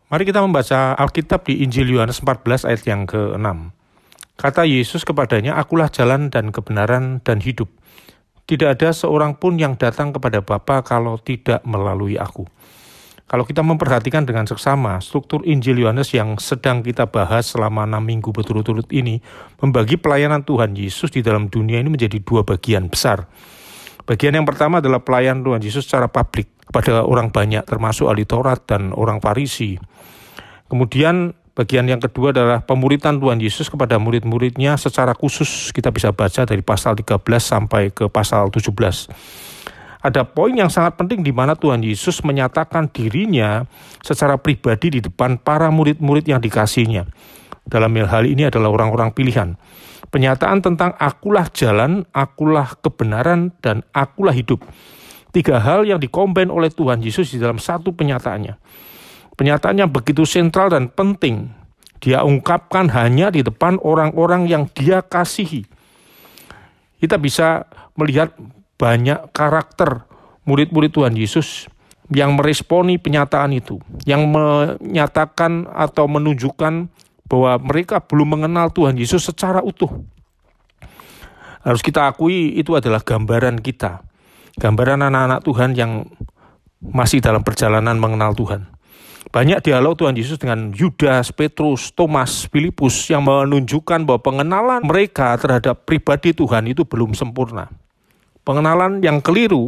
Mari kita membaca Alkitab di Injil Yohanes 14 ayat yang ke-6. Kata Yesus kepadanya, "Akulah jalan dan kebenaran dan hidup. Tidak ada seorang pun yang datang kepada Bapa kalau tidak melalui aku." Kalau kita memperhatikan dengan seksama, struktur Injil Yohanes yang sedang kita bahas selama 6 minggu berturut-turut ini, membagi pelayanan Tuhan Yesus di dalam dunia ini menjadi 2 bagian besar. Bagian yang pertama adalah pelayanan Tuhan Yesus secara publik kepada orang banyak, termasuk ahli Taurat dan orang Farisi. Kemudian bagian yang kedua adalah pemuritan Tuhan Yesus kepada murid-muridnya secara khusus. Kita bisa baca dari pasal 13 sampai ke pasal 17. Ada poin yang sangat penting di mana Tuhan Yesus menyatakan dirinya secara pribadi di depan para murid-murid yang dikasihinya. Dalam hal ini adalah orang-orang pilihan. Penyataan tentang akulah jalan, akulah kebenaran, dan akulah hidup. 3 hal yang dikombin oleh Tuhan Yesus di dalam satu penyataannya. Penyataannya begitu sentral dan penting. Dia ungkapkan hanya di depan orang-orang yang dia kasihi. Kita bisa melihat banyak karakter murid-murid Tuhan Yesus yang meresponi penyataan itu, yang menyatakan atau menunjukkan bahwa mereka belum mengenal Tuhan Yesus secara utuh. Harus kita akui itu adalah gambaran kita, gambaran anak-anak Tuhan yang masih dalam perjalanan mengenal Tuhan. Banyak dialog Tuhan Yesus dengan Yudas, Petrus, Thomas, Filipus yang menunjukkan bahwa pengenalan mereka terhadap pribadi Tuhan itu belum sempurna. Pengenalan yang keliru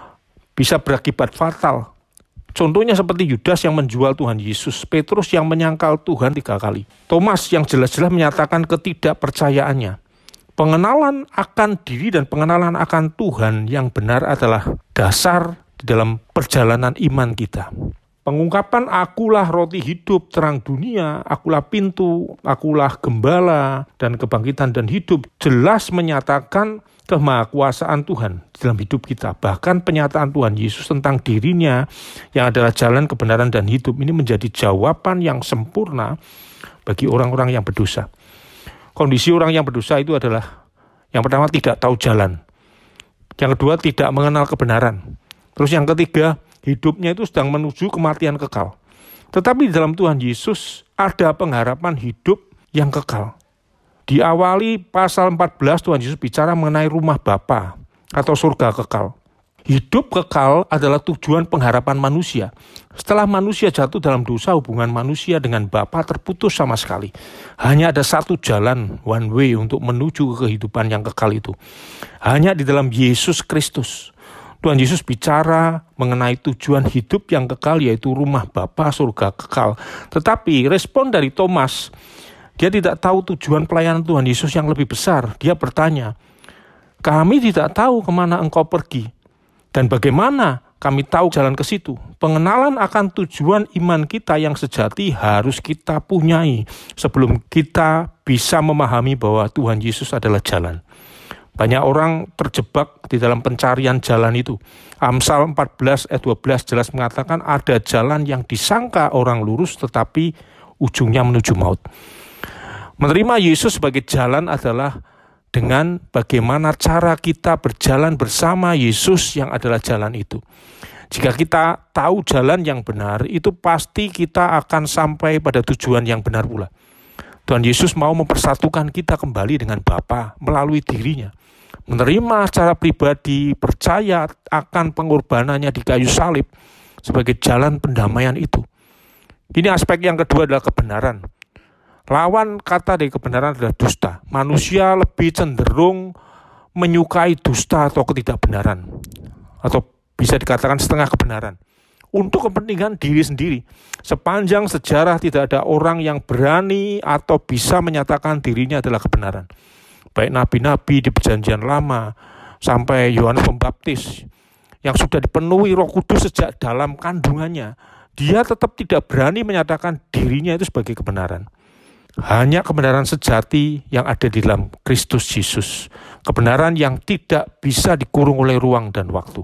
bisa berakibat fatal. Contohnya seperti Yudas yang menjual Tuhan Yesus, Petrus yang menyangkal Tuhan 3 kali, Thomas yang jelas-jelas menyatakan ketidakpercayaannya. Pengenalan akan diri dan pengenalan akan Tuhan yang benar adalah dasar di dalam perjalanan iman kita. Pengungkapan akulah roti hidup terang dunia, akulah pintu, akulah gembala, dan kebangkitan dan hidup jelas menyatakan kemahakuasaan Tuhan di dalam hidup kita. Bahkan penyataan Tuhan Yesus tentang dirinya yang adalah jalan, kebenaran, dan hidup ini menjadi jawaban yang sempurna bagi orang-orang yang berdosa. Kondisi orang yang berdosa itu adalah yang pertama tidak tahu jalan. Yang kedua tidak mengenal kebenaran. Terus yang ketiga hidupnya itu sedang menuju kematian kekal. Tetapi di dalam Tuhan Yesus ada pengharapan hidup yang kekal. Diawali pasal 14 Tuhan Yesus bicara mengenai rumah Bapa atau surga kekal. Hidup kekal adalah tujuan pengharapan manusia. Setelah manusia jatuh dalam dosa, hubungan manusia dengan Bapa terputus sama sekali. Hanya ada satu jalan, one way, untuk menuju ke kehidupan yang kekal itu. Hanya di dalam Yesus Kristus. Tuhan Yesus bicara mengenai tujuan hidup yang kekal, yaitu rumah Bapa, surga kekal. Tetapi respon dari Thomas, dia tidak tahu tujuan pelayanan Tuhan Yesus yang lebih besar. Dia bertanya, "Kami tidak tahu kemana engkau pergi, dan bagaimana kami tahu jalan ke situ?" Pengenalan akan tujuan iman kita yang sejati harus kita punyai sebelum kita bisa memahami bahwa Tuhan Yesus adalah jalan. Banyak orang terjebak di dalam pencarian jalan itu. Amsal 14 ayat 12 jelas mengatakan ada jalan yang disangka orang lurus tetapi ujungnya menuju maut. Menerima Yesus sebagai jalan adalah dengan bagaimana cara kita berjalan bersama Yesus yang adalah jalan itu. Jika kita tahu jalan yang benar, itu pasti kita akan sampai pada tujuan yang benar pula. Tuhan Yesus mau mempersatukan kita kembali dengan Bapa melalui dirinya. Menerima secara pribadi, percaya akan pengorbanannya di kayu salib sebagai jalan pendamaian itu. Ini aspek yang kedua adalah kebenaran. Lawan kata dari kebenaran adalah dusta. Manusia lebih cenderung menyukai dusta atau ketidakbenaran. Atau bisa dikatakan setengah kebenaran. Untuk kepentingan diri sendiri. Sepanjang sejarah tidak ada orang yang berani atau bisa menyatakan dirinya adalah kebenaran. Baik nabi-nabi di perjanjian lama sampai Yohanes Pembaptis yang sudah dipenuhi Roh Kudus sejak dalam kandungannya. Dia tetap tidak berani menyatakan dirinya itu sebagai kebenaran. Hanya kebenaran sejati yang ada di dalam Kristus Yesus. Kebenaran yang tidak bisa dikurung oleh ruang dan waktu.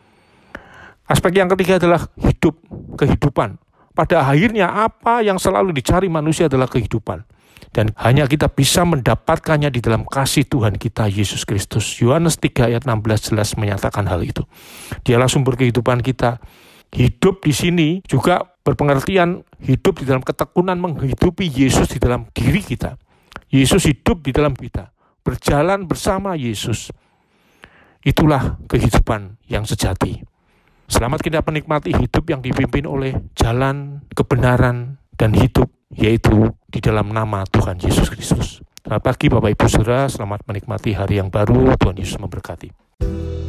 Aspek yang ketiga adalah hidup, kehidupan. Pada akhirnya apa yang selalu dicari manusia adalah kehidupan. Dan hanya kita bisa mendapatkannya di dalam kasih Tuhan kita, Yesus Kristus. Yohanes 3 ayat 16 jelas menyatakan hal itu. Dialah sumber kehidupan kita. Hidup di sini juga berpengertian hidup di dalam ketekunan menghidupi Yesus di dalam diri kita. Yesus hidup di dalam kita, berjalan bersama Yesus. Itulah kehidupan yang sejati. Selamat kita menikmati hidup yang dipimpin oleh jalan, kebenaran, dan hidup, yaitu di dalam nama Tuhan Yesus Kristus. Selamat pagi Bapak Ibu Saudara, selamat menikmati hari yang baru. Tuhan Yesus memberkati.